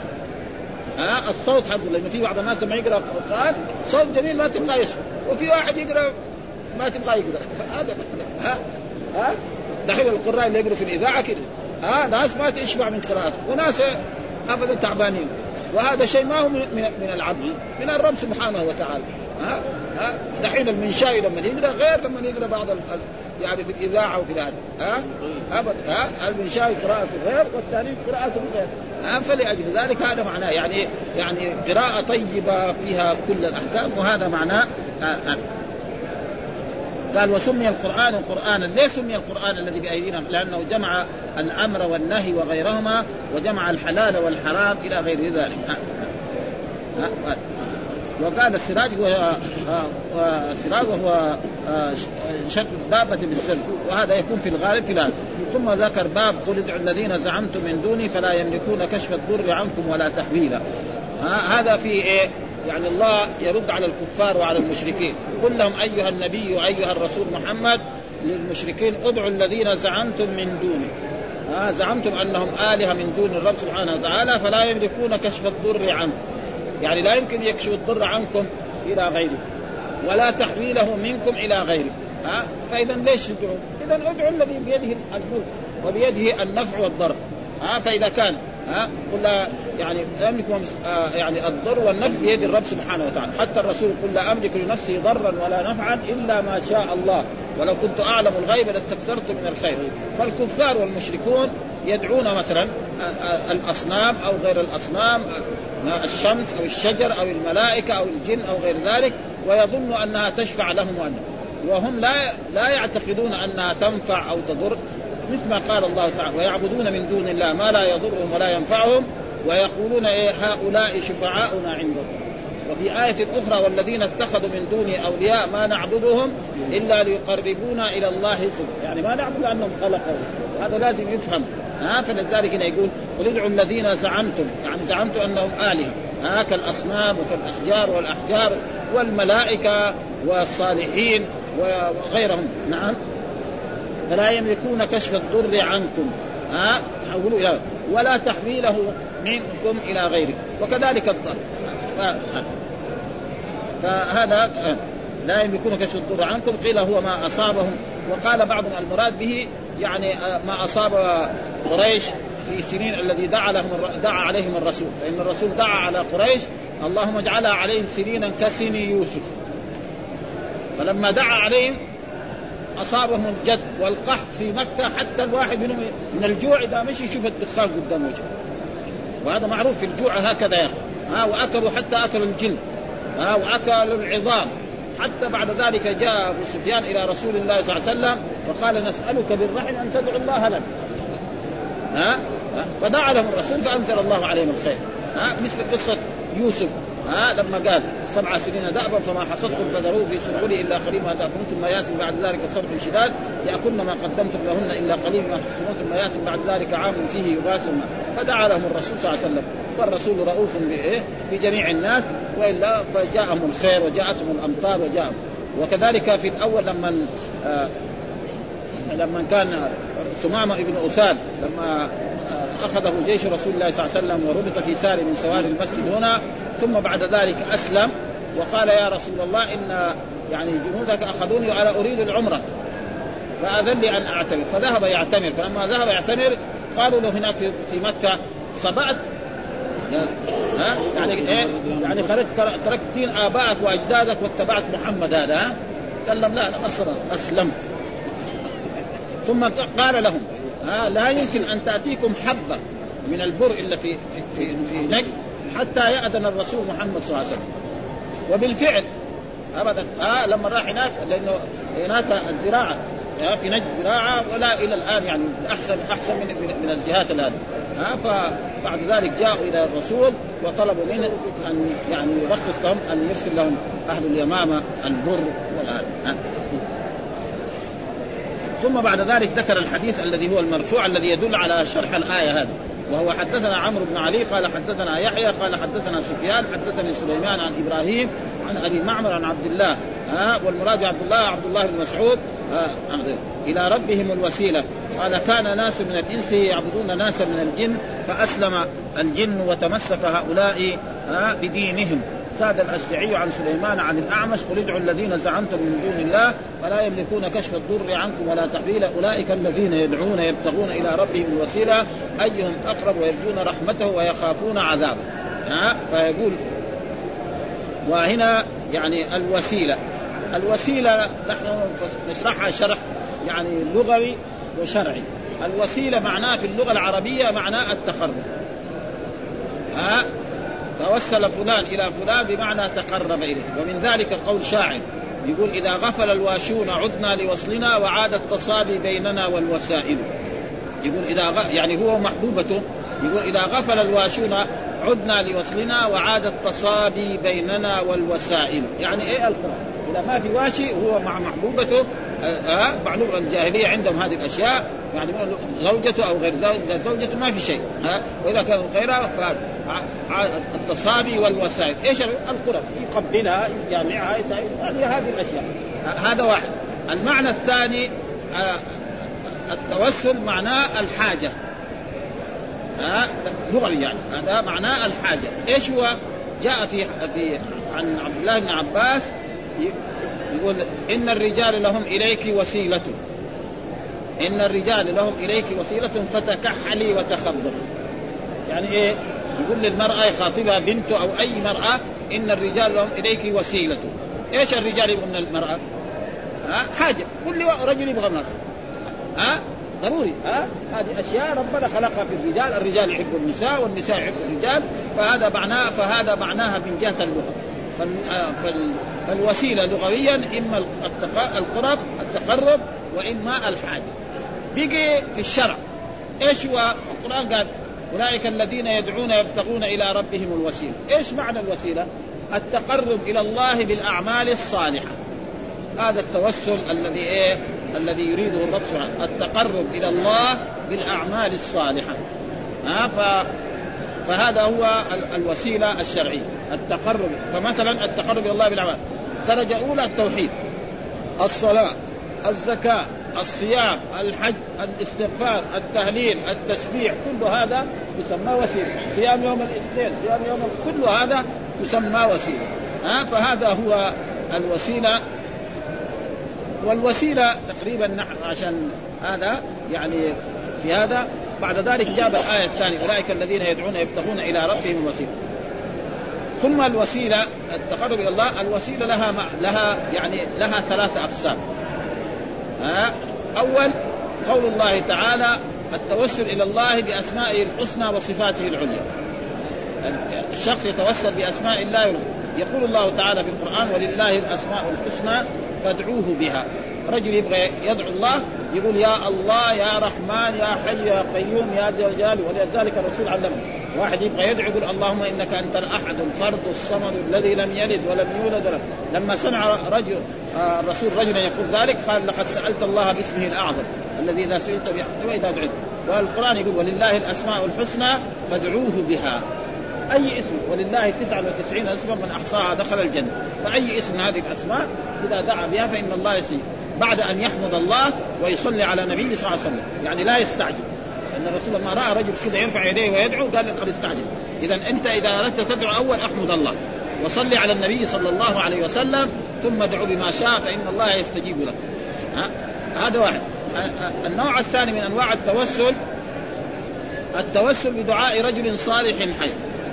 ها الصوت حقه. لأنه في بعض الناس لما يقرأ القرآن صوت جميل ما تبغى يسمع، وفي واحد يقرأ ما تبغى يقرأ. هذا ها ها دحين القراء اللي يقرأوا في الإذاعة كده، ها ناس ما تشبع من قراءته، وناس أبدا تعبانين. وهذا شيء ما هو من, من العبد، من الرب سبحانه وتعالى. ها ها دحين المنشاي لما يقرأ غير لما يقرأ بعض يعني في الإذاعة وفي هذا، ها أبدا. ها المنشاي قراءته غير والثاني قراءته غير. ها فلأجل ذلك هذا معناه يعني يعني قراءة طيبة فيها كل الأحكام، وهذا معناه. آه قال وسمي القرآن قرآنا. ليه سمي القرآن الذي بأيدينا؟ لأنه جمع الأمر والنهي وغيرهما، وجمع الحلال والحرام إلى غير ذلك. ها. ها. وقال السراج هو السراج وهو شد الدابة بالسر، وهذا يكون في الغالب في الآن. ثم ذكر باب قل ادعوا الذين زعمتم من دوني فلا يملكون كشف الضر عنكم ولا تحويلا. هذا في إيه؟ يعني الله يرد على الكفار وعلى المشركين. قل لهم أيها النبي وأيها الرسول محمد للمشركين ادعوا الذين زعمتم من دونه، آه زعمتم أنهم آلهة من دون الرب سبحانه وتعالى، فلا يملكون كشف الضر عنكم، يعني لا يمكن يكشف الضر عنكم إلى غيره، ولا تحويله منكم إلى غيره. آه فإذا ليش تدعوا؟ إذا ادعوا الذي بيده الملك وبيده النفع والضر. آه فإذا كان ها قل يعني أملك آه يعني الضر والنفع بيد الرب سبحانه وتعالى. حتى الرسول قل لا أملك لنفسي ضرا ولا نفعا إلا ما شاء الله ولو كنت أعلم الغيب لاستكثرت من الخير. فالكفار والمشركون يدعون مثلا آه آه الأصنام أو غير الأصنام، آه الشمس أو الشجر أو الملائكة أو الجن أو غير ذلك، ويظن أنها تشفع لهم وأنهم وهم لا لا يعتقدون أنها تنفع أو تضر، مثل ما قال الله تعالى ويعبدون من دون الله ما لا يضرهم ولا ينفعهم ويقولون إيه هؤلاء شفعاؤنا عندهم. وفي آية أخرى والذين اتخذوا من دونه أولياء ما نعبدهم إلا ليقربونا إلى الله زلفى، يعني ما نعبد أنهم خلقوا، هذا لازم يفهم. ها فلذلك هنا يقول قل ادعوا الذين زعمتم، يعني زعمتم أنهم آلهة، ها كالأصنام وكالأشجار والأحجار والملائكة والصالحين وغيرهم. نعم فلا يملكون كشف الضر عنكم ها حولوا ولا تحويله منكم إلى غيره، وكذلك الضر. فهذا لا يملكون كشف الضر عنكم. قيل هو ما أصابهم، وقال بعضهم المراد به يعني ما أصاب قريش في سنين الذي دعا لهم دعا عليهم الرسول، فإن الرسول دعا على قريش اللهم اجعلها عليهم سنينا كسن يوسف، فلما دعا عليهم أصابهم الجد والقحط في مكة، حتى الواحد منهم من الجوع إذا مشي يشوف الدخان قدام وجهه، وهذا معروف في الجوع هكذا يا ها. وأكلوا حتى أكلوا الجلد ها وأكلوا العظام. حتى بعد ذلك جاء أبو سفيان إلى رسول الله صلى الله عليه وسلم وقال نسألك بالرحم أن تدعو الله لنا ها. فدعا لهم الرسول فأنزل الله عليهم الخير ها، مثل قصة يوسف ها لما قال سبع سنين دأبا فما حصدتم فذروه في سنبله إلا قليل ما تأكلون ثم يأتي بعد ذلك صبح شداد يأكلن ما قدمتم لهن إلا قليل ما تحصنون ثم يأتي بعد ذلك عام فيه يغاث الماء. فدعا لهم الرسول صلى الله عليه وسلم، والرسول رؤوف بجميع الناس، وإلا فجاءهم الخير وجاءتهم الأمطار وجاءهم. وكذلك في الأول لما آه لما كان ثمامة ابن أثال لما أخذه جيش رسول الله صلى الله عليه وسلم وربط في سار من سوار المسجد هنا، ثم بعد ذلك أسلم وقال يا رسول الله إن يعني جنودك أخذوني وأنا أريد العمرة فأذن لي أن أعتمر، فذهب يعتمر. فلما ذهب يعتمر قالوا له هناك في مكة صبأت ها يعني إيه يعني خرجت تركت دين آبائك وأجدادك واتبعت محمد هذا. ها قال لهم لا أنا أسلمت. ثم قال لهم ها لا يمكن أن تأتيكم حبة من البر إلا في في في, في نجد حتى يأذن الرسول محمد صلى الله عليه وسلم. وبالفعل أبدا ها لما راح هناك، لأنه هناك الزراعة في نجد زراعة ولا إلى الآن يعني أحسن أحسن من من الجهات الآن. ها فبعد ذلك جاءوا إلى الرسول وطلبوا منه أن يعني يرخص لهم أن يرسل لهم أهل اليمامة البر والآن. ثم بعد ذلك ذكر الحديث الذي هو المرفوع الذي يدل على شرح الآية هذه، وهو حدثنا عمرو بن علي قال حدثنا يحيى قال حدثنا سفيان حدثني سليمان عن إبراهيم عن أبي معمر عن عبد الله ها والمراد عبد الله عبد الله بن مسعود إلى ربهم الوسيلة. قال كان ناس من الإنس يعبدون ناسا من الجن فأسلم الجن وتمسك هؤلاء بدينهم. ساد الأشجعي عن سليمان عن الأعمش قل ادعوا الذين زعمتم من دون الله فلا يملكون كشف الضر عنكم ولا تحويلا أولئك الذين يدعون يبتغون إلى ربهم الوسيلة أيهم أقرب ويرجون رحمته ويخافون عذابه. فيقول وهنا يعني الوسيلة الوسيلة نحن نشرحها شرح يعني لغوي وشرعي. الوسيلة معناه في اللغة العربية معناه التقرب. ها توسل فلان إلى فلان بمعنى تقرب إليه. ومن ذلك قول شاعر يقول إذا غفل الواشون عدنا لوصلنا وعاد التصابي بيننا والوسائل. يقول إذا غ... يعني هو محبوبته يقول إذا غفل الواشون عدنا لوصلنا وعاد التصابي بيننا والوسائل. يعني إيه القرآن إذا ما في واشي هو مع محبوبته. آه معلوم الجاهلية عندهم هذه الأشياء يعني زوجته أو غير زوجته ما في شيء. ها وإذا كان غيرها التصابي والوسائل. إيش القرب يقبلها يجامعها يعني هذه الأشياء. هذا واحد. المعنى الثاني التوسل معناه الحاجة. ها لغوي يعني هذا معناه الحاجة. إيش هو جاء في في عن عبد الله بن عباس يقول إن الرجال لهم إليك وسيلة إن الرجال لهم إليك وسيلة فتكحلي وتخبر. يعني إيه يقول للمرأة يخاطبها بنته أو أي مرأة إن الرجال لهم إليك وسيلة. إيش الرجال يبغون من المرأة؟ ها حاجة كل رجل يبغى مرأة. ها ضروري. ها هذه أشياء ربنا خلقها في الرجال. الرجال يحبوا النساء والنساء يحبوا الرجال. فهذا معناه فهذا معناها من جهة اللغة. فالوسيلة لغويا إما القرب التقرب وإما الحاجة. بيجي في الشرع إيش هو القرآن قال أولئك الذين يدعون يبتغون إلى ربهم الوسيلة. إيش معنى الوسيلة؟ التقرب إلى الله بالأعمال الصالحة. هذا التوسل الذي إيه الذي يريده الرب سبحانه التقرب إلى الله بالأعمال الصالحة. ها ف فهذا هو الوسيلة الشرعية التقرب. فمثلا التقرب إلى الله بالأعمال درجة أولى التوحيد الصلاة الزكاة الصيام الحج الاستغفار التهليل التسبيح كل هذا يسمى وسيلة. صيام يوم الاثنين صيام يوم كل هذا يسمى وسيلة. ها فهذا هو الوسيلة. والوسيلة تقريبا نحن عشان هذا يعني في هذا بعد ذلك جاب الآية الثانية أولئك الذين يدعون يبتغون إلى ربهم الوسيلة. ثم الوسيلة التقرب إلى الله الوسيلة لها لها يعني لها ثلاثة أقسام. ها أول قول الله تعالى التوسل إلى الله بأسمائه الحسنى وصفاته العليا. الشخص يتوسل بأسماء الله. يقول الله تعالى في القرآن ولله الأسماء الحسنى فادعوه بها. رجل يبغى يدعو الله يقول يا الله يا رحمن يا حي يا قيوم يا ذا الجلال. ولذلك الرسول علمنا واحد يبغى يدعو يقول اللهم إنك أنت الأحد الفرد الصمد الذي لم يلد ولم يولد ولم. لما سمع رجل آه الرسول رجلا يقول ذلك قال لقد سألت الله باسمه الأعظم الذي إذا سئلت به وإذا دعيت. والقرآن يقول ولله الأسماء الحسنى فادعوه بها. أي اسم ولله تسعة وتسعين اسما من أحصاها دخل الجنة. فأي اسم هذه الأسماء إذا دعا بها فإن الله يسير بعد أن يحمد الله ويصلي على نبيه صلى الله عليه وسلم. يعني لا يستعجل أن الرسول لما رأى رجل كذا يرفع يديه ويدعو قال قد استعجل. إذن أنت إذا أردت تدعو أول أحمد الله وصلي على النبي صلى الله عليه وسلم ثم ادعو بما شاء فإن الله يستجيب لك. هذا واحد. النوع الثاني من أنواع التوسل التوسل بدعاء رجل صالح حي.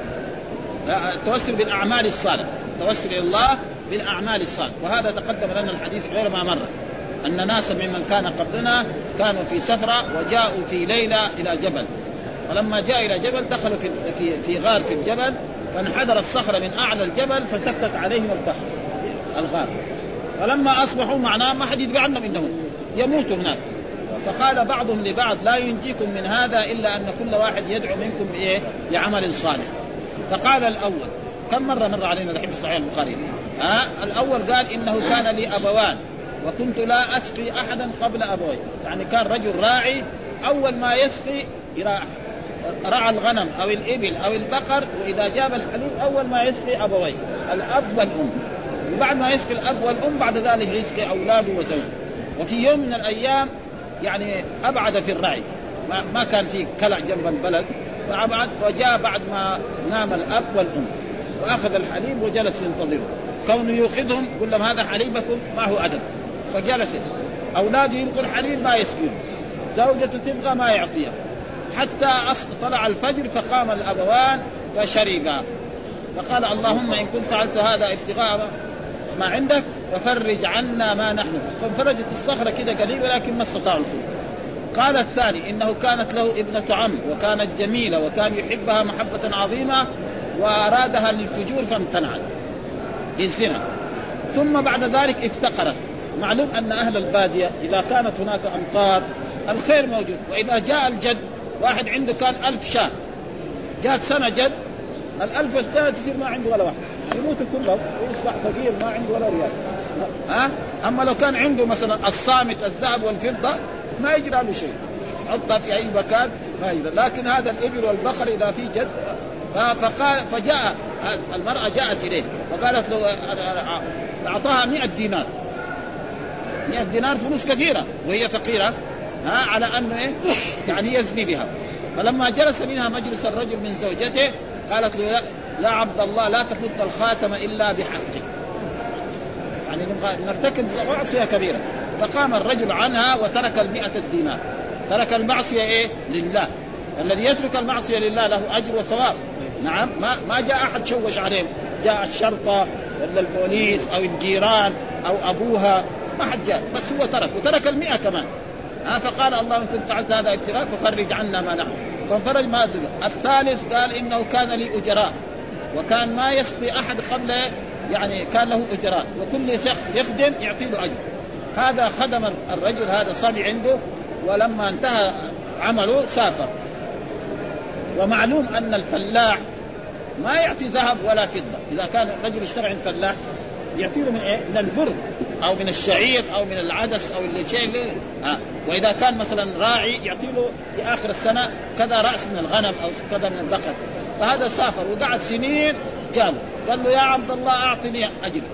التوسل بالأعمال الصالحة توسل إلى الله بالأعمال الصالحة. وهذا تقدم لنا الحديث غير ما مر أن ناسا ممن كان قبلنا كانوا في سفرة وجاءوا في ليلة إلى جبل. فلما جاء إلى جبل دخلوا في في في غار في الجبل فانحدر الصخرة من أعلى الجبل فسكت عليهم البحر الغار. فلما أصبحوا معناه ما حد يدري عنهم إنهم يموتوا هناك. فقال بعضهم لبعض لا ينجيكم من هذا إلا أن كل واحد يدعو منكم بإيه بعمل صالح. فقال الأول كم مرة مر علينا الحديث في صحيح البخاري آه الأول قال إنه كان لي أبوان وكنت لا أسقي أحدا قبل أبوي. يعني كان رجل راعي أول ما يسقي رعى الغنم أو الإبل أو البقر وإذا جاب الحليب أول ما يسقي أبوي الأب والأم وبعد ما يسقي الأب والأم بعد ذلك يسقي أولاده وزوجه. وفي يوم من الأيام يعني أبعد في الرعي ما, ما كان في كلع جنب البلد فأبعد فجاء بعد ما نام الأب والأم وأخذ الحليب وجلس ينتظره. كونه يأخذهم يقول لهم هذا حليبكم ما هو أدب. فجلس أولاده يلقوا الحليب ما يسقيهم زوجته تبغى ما يعطيها حتى طلع الفجر فقام الأبوان فشربا. فقال اللهم إن كنت فعلت هذا ابتغاء ما عندك ففرج عنا ما نحن. فانفرجت الصخرة كده قليل ولكن ما استطاعوا الخروج. قال الثاني إنه كانت له ابنة عم وكانت جميلة وكان يحبها محبة عظيمة وأرادها للفجور فامتنعت للزنا ثم بعد ذلك افتقرت. معلوم أن أهل البادية إذا كانت هناك أمطار الخير موجود. وإذا جاء الجد واحد عنده كان ألف شاة جاءت سنة جد الألف السنة تصير ما عنده ولا واحد يموت كله ويصبح فقير ما عنده ولا ريال. ها أما لو كان عنده مثلا الصامت الذهب والفضة ما يجرى له شيء حطها في أي مكان ما يجرى. لكن هذا الإبل والبقر إذا في جد فقال فجاء المرأة جاءت إليه فقالت له أعطاها مئة دينار. مئة دينار فلوس كثيرة وهي فقيرة ها على أنه إيه يعني يزني بها. فلما جلس منها مجلس الرجل من زوجته قالت له يا عبد الله لا تحط الخاتم إلا بحقه. يعني نرتكب معصية كبيرة. فقام الرجل عنها وترك المئة الدينار. ترك المعصية إيه لله. الذي يترك المعصية لله له أجر وثواب. نعم ما ما جاء أحد شوش عليه جاء الشرطة ولا البوليس أو الجيران أو أبوها ما حد جاء بس هو ترك وترك المئة كمان. ها فقال الله إن كنت فعلت هذا ابتغاء ففرج عنا ما نحن. فانفرج ما أدري. الثالث قال إنه كان لي أجراء وكان ما يسقي أحد قبل يعني كان له أجراء وكل شخص يخدم يعطي له أجر. هذا خدم الرجل هذا صبي عنده ولما انتهى عمله سافر. ومعلوم أن الفلاح ما يعطي ذهب ولا فضة. إذا كان الرجل اشترى عند فلاح يعطي له من إيه؟ من البر أو من الشعير أو من العدس أو الشيء. آه. وإذا كان مثلا راعي يعطي له في آخر السنة كذا رأس من الغنم أو كذا من البقر. فهذا سافر وقعد سنين جاله قال له يا عبد الله أعطني أجر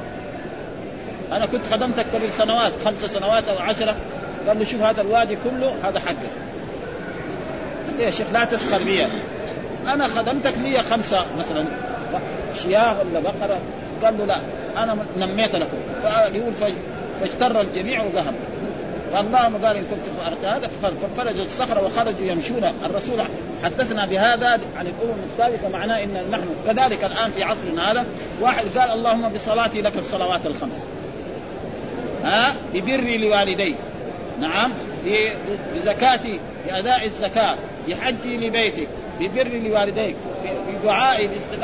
أنا كنت خدمتك قبل سنوات خمس سنوات أو عشرة. قال له شوف هذا الوادي كله هذا حقك. يا شيخ لا تسخر بي أنا خدمتك لي خمسة مثلا شياه ولا بقرة. قال له لا أنا نميت لكم. فيقول فاجتر الجميع وذهب. فالله قال إن كنت فعلت هذا ففرجوا الصخرة وخرجوا يمشون. الرسول حدثنا بهذا عن الأمم السابقة معناه إن نحن كذلك الآن في عصرنا هذا واحد قال اللهم بصلاتي لك الصلوات الخمس ها ببري لوالدي نعم بزكاتي بأداء الزكاة بحجي لبيتك ببري لوالديك بدعائي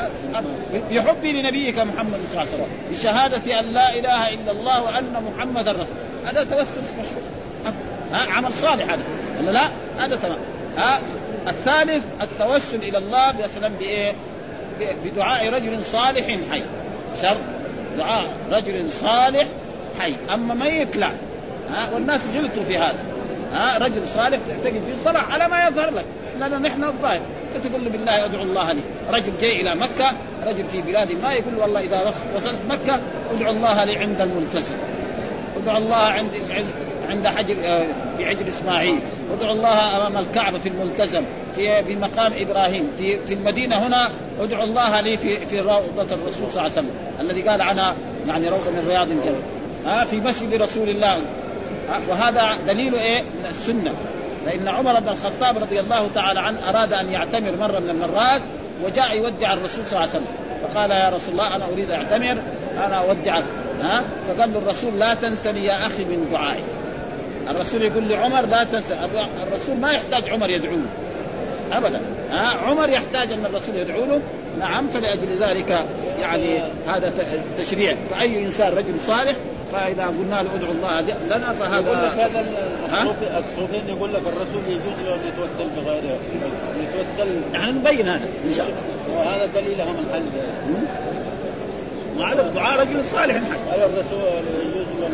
بحبي لنبيك محمد صلى الله عليه وسلم بشهادة أن لا إله إلا الله وأن محمد الرسول. هذا توسل مشروع ها عمل صالح هذا ولا لا؟ هذا تمام. ها الثالث التوسل إلى الله مثلا بإيه؟ بدعاء رجل صالح حي. شرط دعاء رجل صالح حي، أما ميت لا. ها والناس جلتوا في هذا. ها رجل صالح تعتقد في الصلاح على ما يظهر لك، لأن نحن الظاهر فتقول له بالله أدعو الله لي. رجل جاي إلى مكة، رجل في بلاد ما، يقول والله إذا وصلت مكة أدعو الله لي عند الملتزم، أدعو الله عند عند حجر في حجر إسماعيل، أدعو الله أمام الكعبة في الملتزم، في في مقام إبراهيم، في في المدينة هنا أدعو الله لي في في روضة الرسول صلى الله عليه وسلم الذي قال عنها يعني روضة من رياض الجنة. ها في مسجد رسول الله. وهذا دليل إيه؟ من السنة. فإن عمر بن الخطاب رضي الله تعالى عنه أراد أن يعتمر مرة من المرات، وجاء يودع الرسول صلى الله عليه وسلم، فقال يا رسول الله أنا أريد أعتمر، أنا أودعك. ها فقال له الرسول لا تنسني يا أخي من دعائك. الرسول يقول لعمر لا تنسى. الرسول ما يحتاج عمر يدعو له أبدا. ها عمر يحتاج أن الرسول يدعو له. نعم. فلأجل ذلك يعني هذا تشريع. فأي إنسان رجل صالح فإذا قلنا له ادعو الله لنا فهذا يقول لك هذا الصوفين يقول لك الرسول يجوز له أن يتوسل بغيره، يتوسل. نحن نبين هذا إن شاء الله، وهذا دليلهم الحل. وعلى الدعاء رجل صالح حي. أي الرسول يجوز له.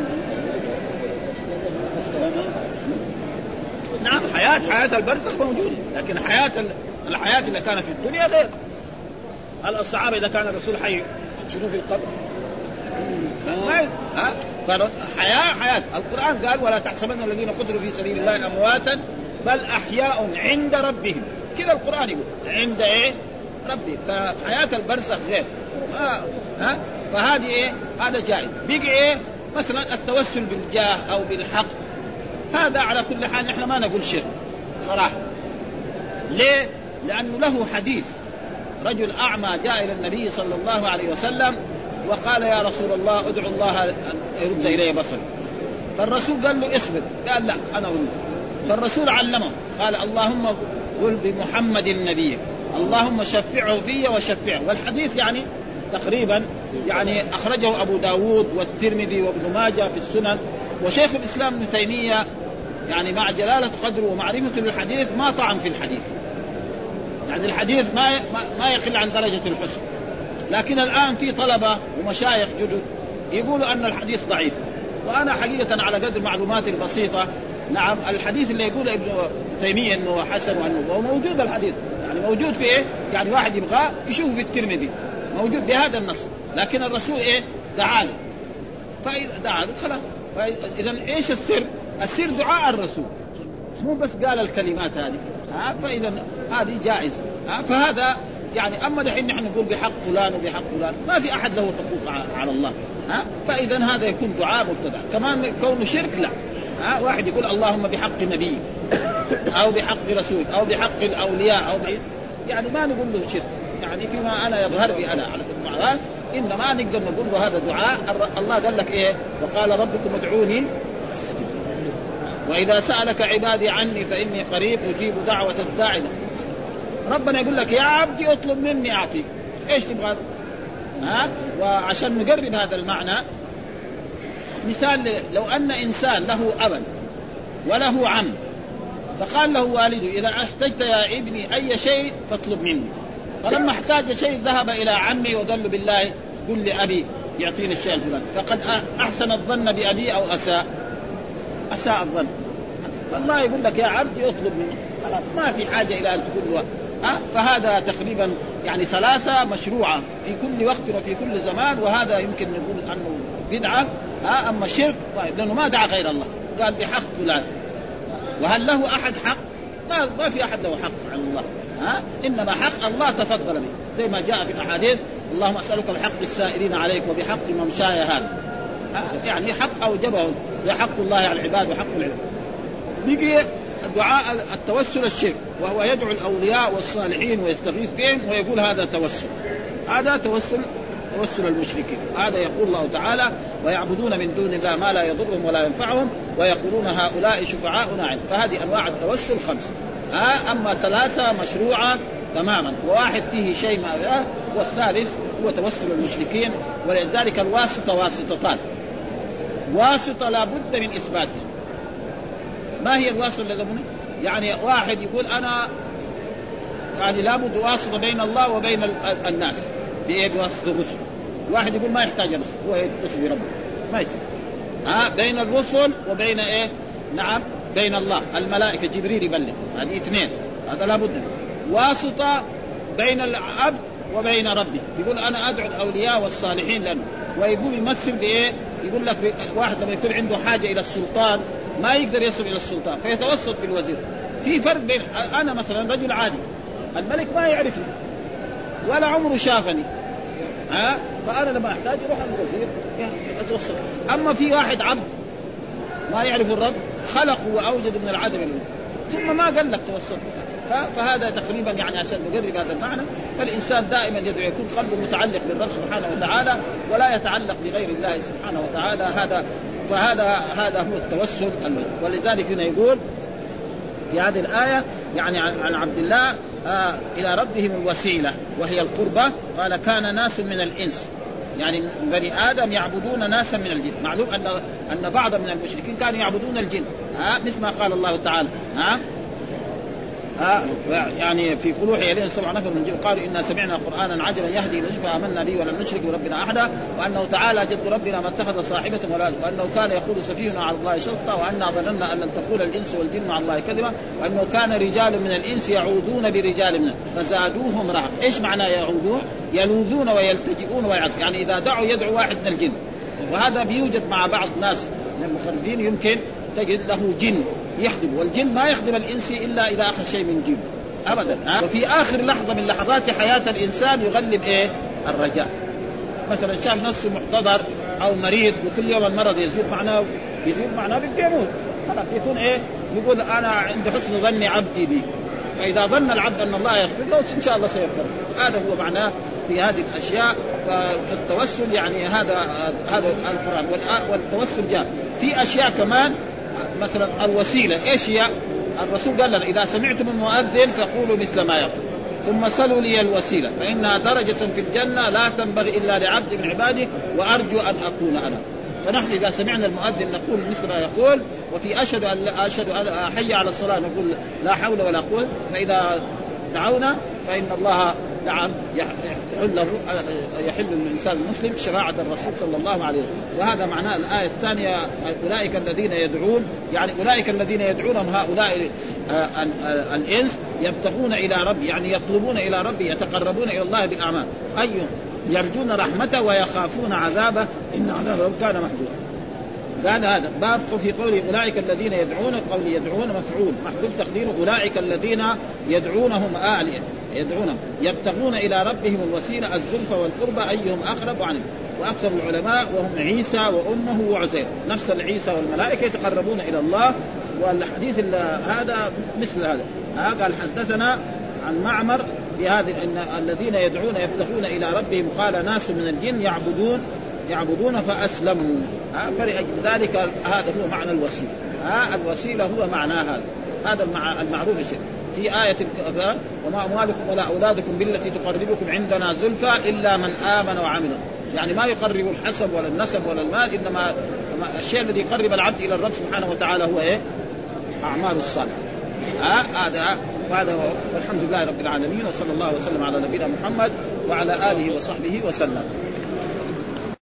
نعم. حياة حياة البرزخ موجودة، لكن حياة الحياة اللي كانت في الدنيا غير. هل الصحابة إذا كان الرسول حي شنو في القبر؟ ها فحياة حياة. القرآن قال ولا تحسبن الذين قتلوا في سبيل الله أمواتا بل أحياء عند ربهم. كذا القرآن يقول عند إيه؟ ربهم. فحياة البرزخ غير. ها فهذه إيه؟ هذا جائز. بيجي إيه؟ مثلا التوسل بالجاه أو بالحق، هذا على كل حال نحن ما نقول شرك صراحة. ليه؟ لأنه له حديث. رجل أعمى جاء إلى النبي صلى الله عليه وسلم وقال يا رسول الله ادعو الله أن يرد إلي بصري. فالرسول قال له اصبر. قال لا أنا أريد. فالرسول علمه قال اللهم قل بمحمد النبي اللهم شفعه في وشفعه. والحديث يعني تقريبا يعني أخرجه أبو داود والترمذي وابن ماجه في السنن. وشيخ الإسلام ابن تيمية يعني مع جلالة قدره ومعرفة الحديث ما طعن في الحديث، يعني الحديث ما ما يقل عن درجة الحسن. لكن الآن في طلبة ومشايخ جدد يقولوا أن الحديث ضعيف، وأنا حقيقة على قدر معلوماتي البسيطة نعم الحديث اللي يقول ابن تيمية أنه حسن وأنه موجود الحديث يعني موجود في إيه؟ يعني واحد يبغاه يشوفه في الترمذي موجود بهذا النص، لكن الرسول إيه دعا له، فإذا دعا له خلاص. فإذا إيش السر؟ السر دعاء الرسول، مو بس قال الكلمات هذه. ها فإذا هذه جائز. ها فهذا يعني أما دحين نحن نقول بحق فلان وبحق فلان، ما في أحد له حقوق على الله. ها فإذا هذا يكون دعاء مبتدع. كمان كونه شرك لا. ها واحد يقول اللهم بحق نبي أو بحق رسول أو بحق الأولياء أو بحق، يعني ما نقول له شرك، يعني فيما أنا يظهر لي أنا على المعنى، إنما نقدر نقول له هذا دعاء. الله قال لك إيه؟ وقال ربكم ادعوني وإذا سألك عبادي عني فإني قريب أجيب دعوة الداعي. ربنا يقول لك يا عبدي اطلب مني أعطيك. إيش تبغى؟ ها وعشان نقرب هذا المعنى مثال، لو أن إنسان له أبا وله عم فقال له والده إذا احتجت يا ابني أي شيء فاطلب مني، فلما احتاج شيء ذهب إلى عمي وقال له بالله قل لي أبي يعطيني الشيء الفلاني، فقد أحسن الظن بأبي أو أساء أساء الظن. فالله يقول لك يا عبدي اطلب مني، خلاص ما في حاجة إلى أن تقول له. أه؟ فهذا تقريبا يعني ثلاثة مشروعة في كل وقت وفي كل زمان، وهذا يمكن نقول أنه بدعة. أه؟ أما الشرك طيب لأنه ما دعا غير الله، قال بحق فلان. وهل له أحد حق؟ ما, ما في أحد له حق عن الله. ها إنما حق الله تفضل به، زي ما جاء في الأحاديث اللهم أسألك بحق السائلين عليك وبحق ممشاي هذا. يعني حق أوجبه زي حق الله على العباد وحق العباد. بيجي الدعاء التوسل الشرك، وهو يدعو الأولياء والصالحين ويستغيث بهم ويقول هذا توسل. هذا توسل توسل المشركين. هذا يقول الله تعالى ويعبدون من دون الله ما لا يضرهم ولا ينفعهم ويقولون هؤلاء شفعاؤنا عند. فهذه أنواع التوسل خمسة. ها أما ثلاثة مشروعة تماما، وواحد فيه شيء ما، والثالث هو توسل المشركين. ولذلك الواسطة واسطتان، واسطة لا بد من إثباتها. ما هي الواسطة اللي ضمنها؟ يعني واحد يقول أنا يعني لابد واسطة بين الله وبين الناس بواسطة الرسل. واحد يقول ما يحتاج رسل، هو يتصل بربه ما يصير. ها بين الرسل وبين ايه؟ نعم بين الله الملائكة جبريل يبلغ، هذه اثنين، هذا لابد. واسطة بين العبد وبين ربه، يقول أنا أدعو الأولياء والصالحين لنا، ويقول يمثل بإيه؟ يقول لك واحد لما يكون عنده حاجة إلى السلطان ما يقدر يصل إلى السلطان فيتوسط بالوزير. في فرق بين أنا مثلا رجل عادي الملك ما يعرفني ولا عمره شافني، ها فأنا لما أحتاج يروح الوزير يتوسط. أما في واحد عبد ما يعرف الرب خلقه وأوجد من العدم ثم ما قال لك توسط، فهذا تقريبا يعني عشان نقرب هذا المعنى. فالإنسان دائما يدعو يكون قلبه متعلق بالرب سبحانه وتعالى ولا يتعلق بغير الله سبحانه وتعالى. هذا فهذا هذا هو التوسل. ولذلك هنا يقول في هذه الآية يعني عن عبد الله آه إلى ربهم الوسيلة وهي القربة. قال كان ناس من الإنس، يعني بني آدم يعبدون ناسا من الجن. معلوم أن أن بعض من المشركين كانوا يعبدون الجن، ها مثل ما قال الله تعالى ها ها يعني في فلوح يلين سبع نفر من الجن قالوا إنا سمعنا قرآنا عجبا يهدي إلى الرشد فآمنا به ولن نشرك بربنا أحدا وأنه تعالى جد ربنا ما اتخذ صاحبة ولا ولد وأنه كان يقول سفيهنا على الله شططا وأنا ظننا أن لن تقول الإنس والجن على الله كذبا وأنه كان رجال من الإنس يعوذون برجال من فزادوهم رهقا. إيش معنى يعوذون؟ يلوذون ويلتجئون ويعذ، يعني إذا دعوا يدعو واحد من الجن. وهذا بيوجد مع بعض ناس من المخرجين يمكن تجد له جن يخدم، والجن ما يخدم الإنس إلا إذا أخذ شيء من جن أبدا. وفي آخر لحظة من لحظات حياة الإنسان يغلب إيه؟ الرجاء. مثلا شاف نفسه محتضر أو مريض وكل يوم المرض يزيد معناه يزيد معناه بالجمود، خلاص يكون إيه؟ يقول أنا عند حسن ظن عبدي بي، فإذا ظن العبد أن الله يغفر له إن شاء الله سيغفر. هذا هو معناه في هذه الأشياء. فالتوسل يعني هذا هذا القرآن. والتوسل جاء في أشياء كمان، مثلا الوسيلة. إيش هي؟ الرسول قال لنا إذا سمعتم المؤذن فقولوا مثل ما يقول ثم سلوا لي الوسيلة فإنها درجة في الجنة لا تنبغي إلا لعبد من عبادي وأرجو أن أكون أنا. فنحن إذا سمعنا المؤذن نقول مثل ما يقول، وفي أشهد أن أشهد أن حي على الصلاة نقول لا حول ولا قوة. فإذا دعونا فإن الله نعم يحل له يحل الإنسان المسلم شفاعة الرسول صلى الله عليه وسلم. وهذا معناه الآية الثانية أولئك الذين يدعون، يعني أولئك الذين يدعونهم هؤلاء الإنس يبتغون إلى رب، يعني يطلبون إلى رب يتقربون إلى الله بالأعمال، أي يرجون رحمته ويخافون عذابه إن عذابه كان محذورا. قال هذا باب في قوله أولئك الذين يدعون، قول يدعون مفعول محذوف تقديره أولئك الذين يدعونهم آلهة يدعونهم يبتغون إلى ربهم الوسيلة الزلفى والقربى أيهم أقرب عنهم. وأكثر العلماء وهم عيسى وأمه وعزير، نفس العيسى والملائكة يتقربون إلى الله. والحديث هذا مثل هذا. قال حدثنا عن معمر في هذه إن الذين يدعون يبتغون إلى ربهم قال ناس من الجن يعبدون يعبدون فأسلموا. فلأجل ذلك هذا هو معنى الوسيلة. ها الوسيلة هو معنى هذا هذا المعروف الشيء في آية وما أموالكم ولا أولادكم بالتي تقربكم عندنا زلفى إلا من آمن وعمل. يعني ما يقرب الحسب ولا النسب ولا المال، إنما الشيء الذي يقرب العبد إلى الرب سبحانه وتعالى هو إيه؟ أعمال الصالحة. هذا هذا والحمد لله رب العالمين وصلى الله وسلم على نبينا محمد وعلى آله وصحبه وسلم.